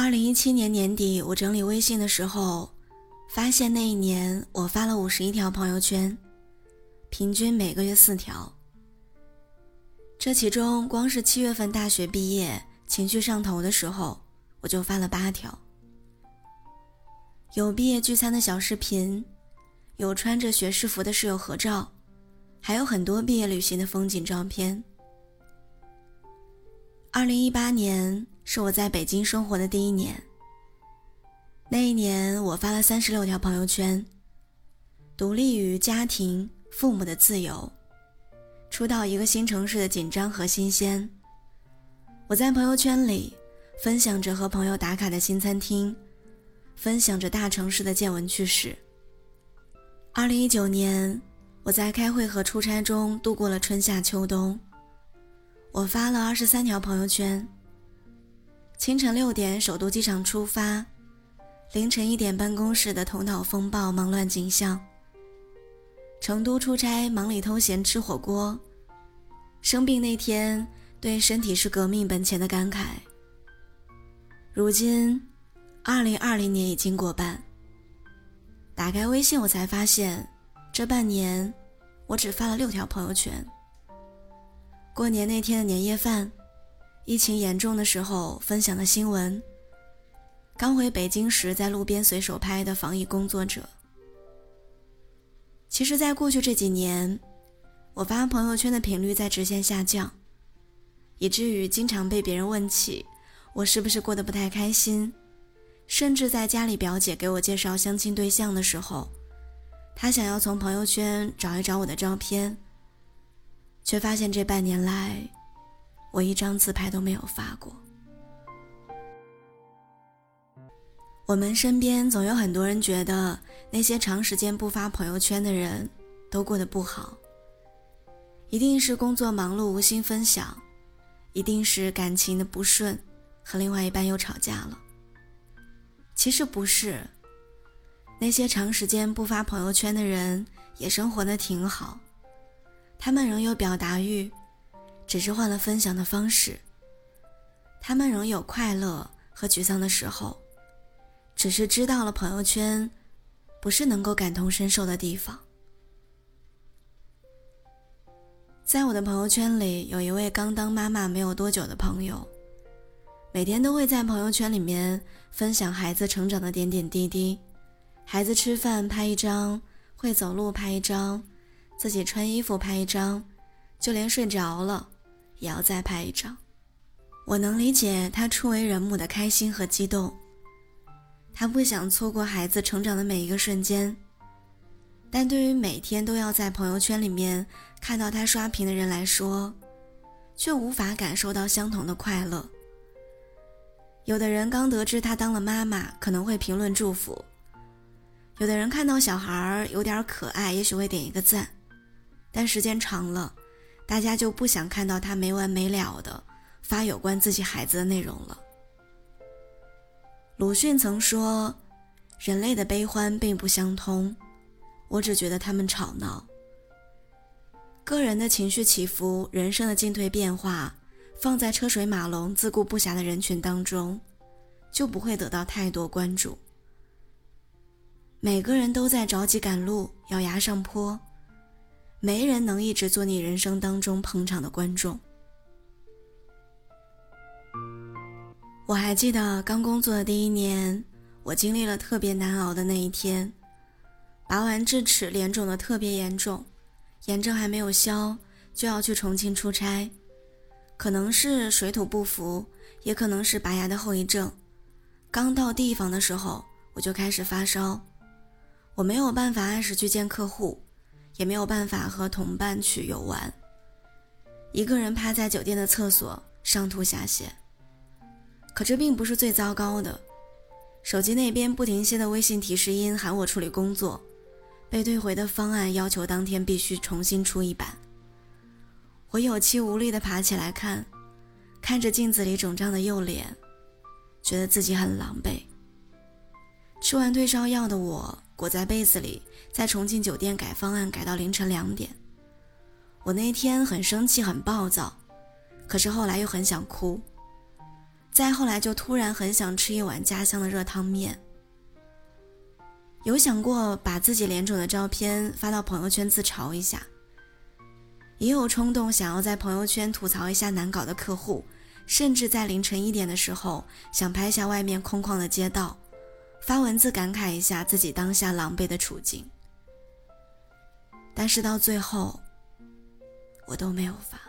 2017年年底，我整理微信的时候，发现那一年我发了51条朋友圈，平均每个月4条。这其中光是7月份大学毕业情绪上头的时候，我就发了8条。有毕业聚餐的小视频，有穿着学士服的室友合照，还有很多毕业旅行的风景照片。2018年是我在北京生活的第1年，那一年我发了36条朋友圈，独立于家庭、父母的自由，初到一个新城市的紧张和新鲜。我在朋友圈里分享着和朋友打卡的新餐厅，分享着大城市的见闻趣事。2019年，我在开会和出差中度过了春夏秋冬。我发了23条朋友圈，清晨6点首都机场出发，凌晨1点办公室的头脑风暴忙乱景象，成都出差忙里偷闲吃火锅，生病那天对身体是革命本钱的感慨。如今2020年已经过半，打开微信我才发现，这半年我只发了6条朋友圈。过年那天的年夜饭，疫情严重的时候分享的新闻，刚回北京时在路边随手拍的防疫工作者。其实在过去这几年，我发朋友圈的频率在直线下降，以至于经常被别人问起我是不是过得不太开心，甚至在家里表姐给我介绍相亲对象的时候，她想要从朋友圈找一找我的照片，却发现这半年来我一张自拍都没有发过。我们身边总有很多人觉得那些长时间不发朋友圈的人都过得不好，一定是工作忙碌无心分享，一定是感情的不顺，和另外一半又吵架了。其实不是，那些长时间不发朋友圈的人也生活得挺好，他们仍有表达欲，只是换了分享的方式。他们仍有快乐和沮丧的时候，只是知道了朋友圈不是能够感同身受的地方。在我的朋友圈里，有一位刚当妈妈没有多久的朋友，每天都会在朋友圈里面分享孩子成长的点点滴滴，孩子吃饭拍一张，会走路拍一张，自己穿衣服拍一张，就连睡着了也要再拍一张。我能理解他初为人母的开心和激动，他不想错过孩子成长的每一个瞬间，但对于每天都要在朋友圈里面看到他刷屏的人来说，却无法感受到相同的快乐。有的人刚得知他当了妈妈，可能会评论祝福，有的人看到小孩有点可爱，也许会点一个赞，但时间长了，大家就不想看到他没完没了的发有关自己孩子的内容了。鲁迅曾说，人类的悲欢并不相通，我只觉得他们吵闹。个人的情绪起伏，人生的进退变化，放在车水马龙自顾不暇的人群当中，就不会得到太多关注。每个人都在着急赶路，咬牙上坡，没人能一直做你人生当中捧场的观众。我还记得刚工作的第1年，我经历了特别难熬的那一天，拔完智齿脸肿得特别严重，炎症还没有消，就要去重庆出差，可能是水土不服，也可能是拔牙的后遗症。刚到地方的时候，我就开始发烧，我没有办法按时去见客户，也没有办法和同伴去游玩，一个人趴在酒店的厕所上吐下泻。可这并不是最糟糕的，手机那边不停歇的微信提示音喊我处理工作，被退回的方案要求当天必须重新出一版。我有气无力地爬起来看着镜子里肿胀的右脸，觉得自己很狼狈。吃完退烧药的我裹在被子里，在重庆酒店改方案改到凌晨2点。我那天很生气很暴躁，可是后来又很想哭。 再后来就突然很想吃一碗家乡的热汤面。有想过把自己脸肿的照片发到朋友圈自嘲一下，也有冲动想要在朋友圈吐槽一下难搞的客户，甚至在凌晨1点的时候想拍下外面空旷的街道，发文字感慨一下自己当下狼狈的处境。但是到最后我都没有发。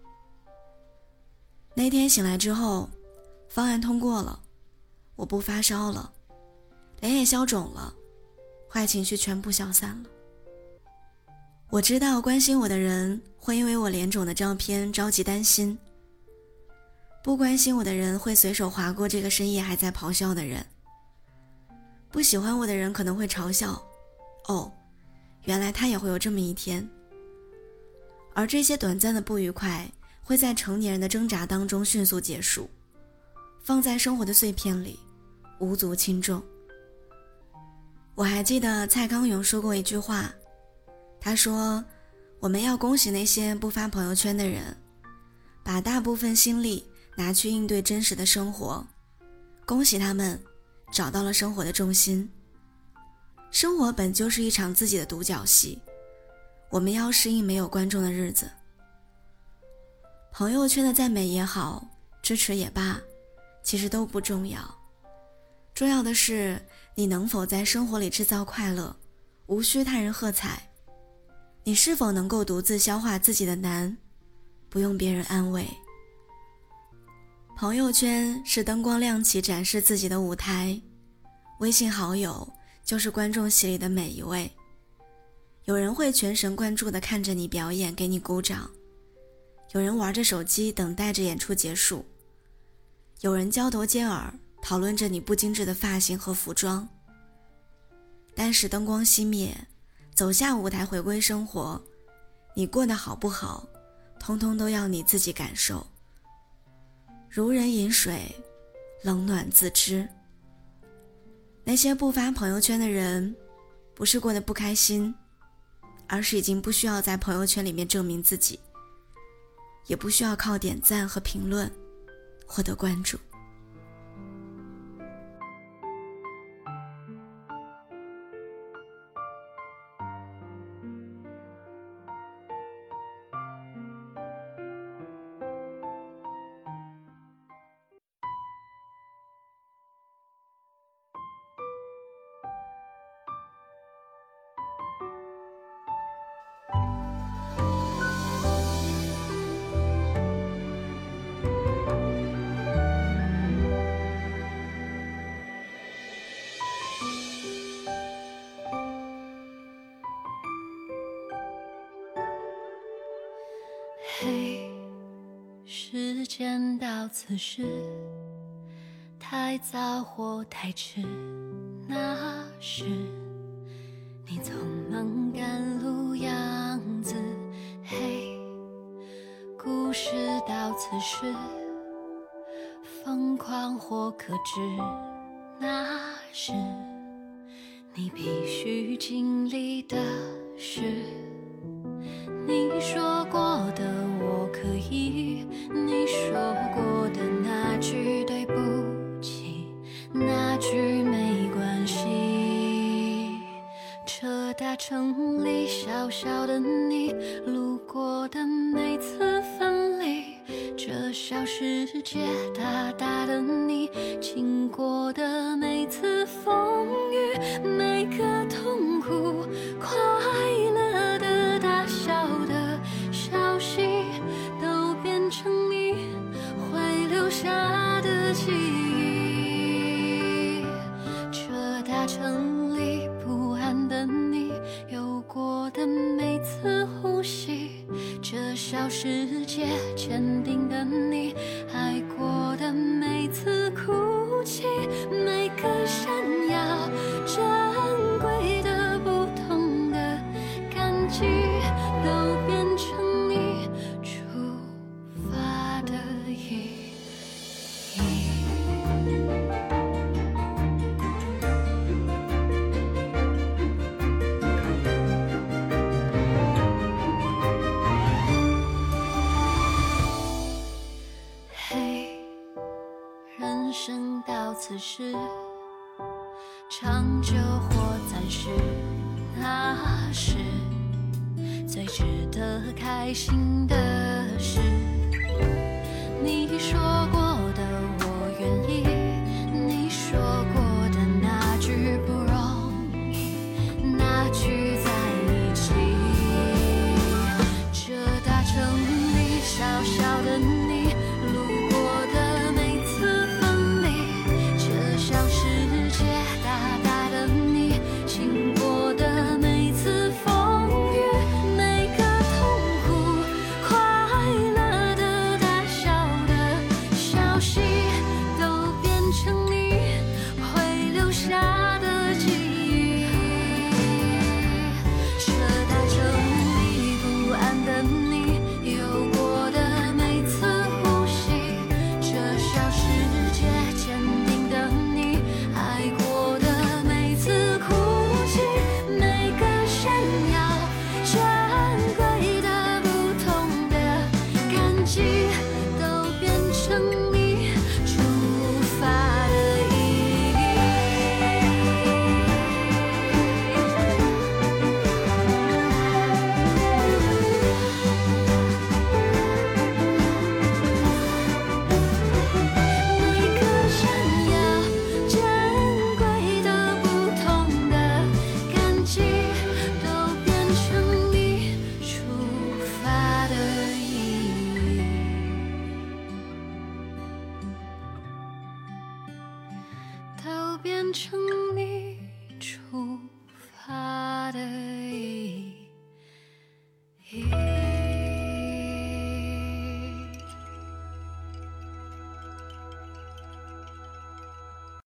那天醒来之后，方案通过了，我不发烧了，脸也消肿了，坏情绪全部消散了。我知道关心我的人会因为我脸肿的照片着急担心，不关心我的人会随手划过这个深夜还在咆哮的人，不喜欢我的人可能会嘲笑，哦，原来他也会有这么一天。而这些短暂的不愉快会在成年人的挣扎当中迅速结束，放在生活的碎片里无足轻重。我还记得蔡康永说过一句话，他说，我们要恭喜那些不发朋友圈的人，把大部分心力拿去应对真实的生活，恭喜他们找到了生活的重心。生活本就是一场自己的独角戏，我们要适应没有观众的日子。朋友圈的赞美也好，支持也罢，其实都不重要，重要的是你能否在生活里制造快乐，无需他人喝彩。你是否能够独自消化自己的难，不用别人安慰。朋友圈是灯光亮起展示自己的舞台，微信好友就是观众席里的每一位。有人会全神贯注地看着你表演，给你鼓掌，有人玩着手机等待着演出结束，有人交头接耳讨论着你不精致的发型和服装。但是灯光熄灭，走下舞台回归生活，你过得好不好，通通都要你自己感受。如人饮水，冷暖自知。那些不发朋友圈的人，不是过得不开心，而是已经不需要在朋友圈里面证明自己，也不需要靠点赞和评论获得关注。 嘿，时间到此时，太早或太迟，那时你匆忙赶路样子。嘿，故事到此时，疯狂或克制，那是你必须经历的事。你说过的我可以，你说过的那句对不起，那句没关系，这大城里小小的你，路过的每次分离，这小世界大大的你，经过的每次风雨，每个痛苦快乐的大小的消息，都变成你会留下的记忆。这大城里不安的你，有过的每次呼吸，这小世界坚定的你，爱过生到此时，长久或暂时，那是最值得开心的事。你说过的我愿意，你说过的那句不容易，那句在一起，这大城里小小的你，路过的每次分离，这小世界大大的你，经过的每次风雨，每个痛苦快乐的大小的消息，都变成你会留下的记忆。这大城里不安的你，有过的每次呼吸，这小世界坚定的你，爱过的每次哭泣，每个闪耀珍贵的不同的感激，都变成你出发的意义。每个闪耀珍贵的不同的感激，都变成你出发的意义，都变成你出发的意义。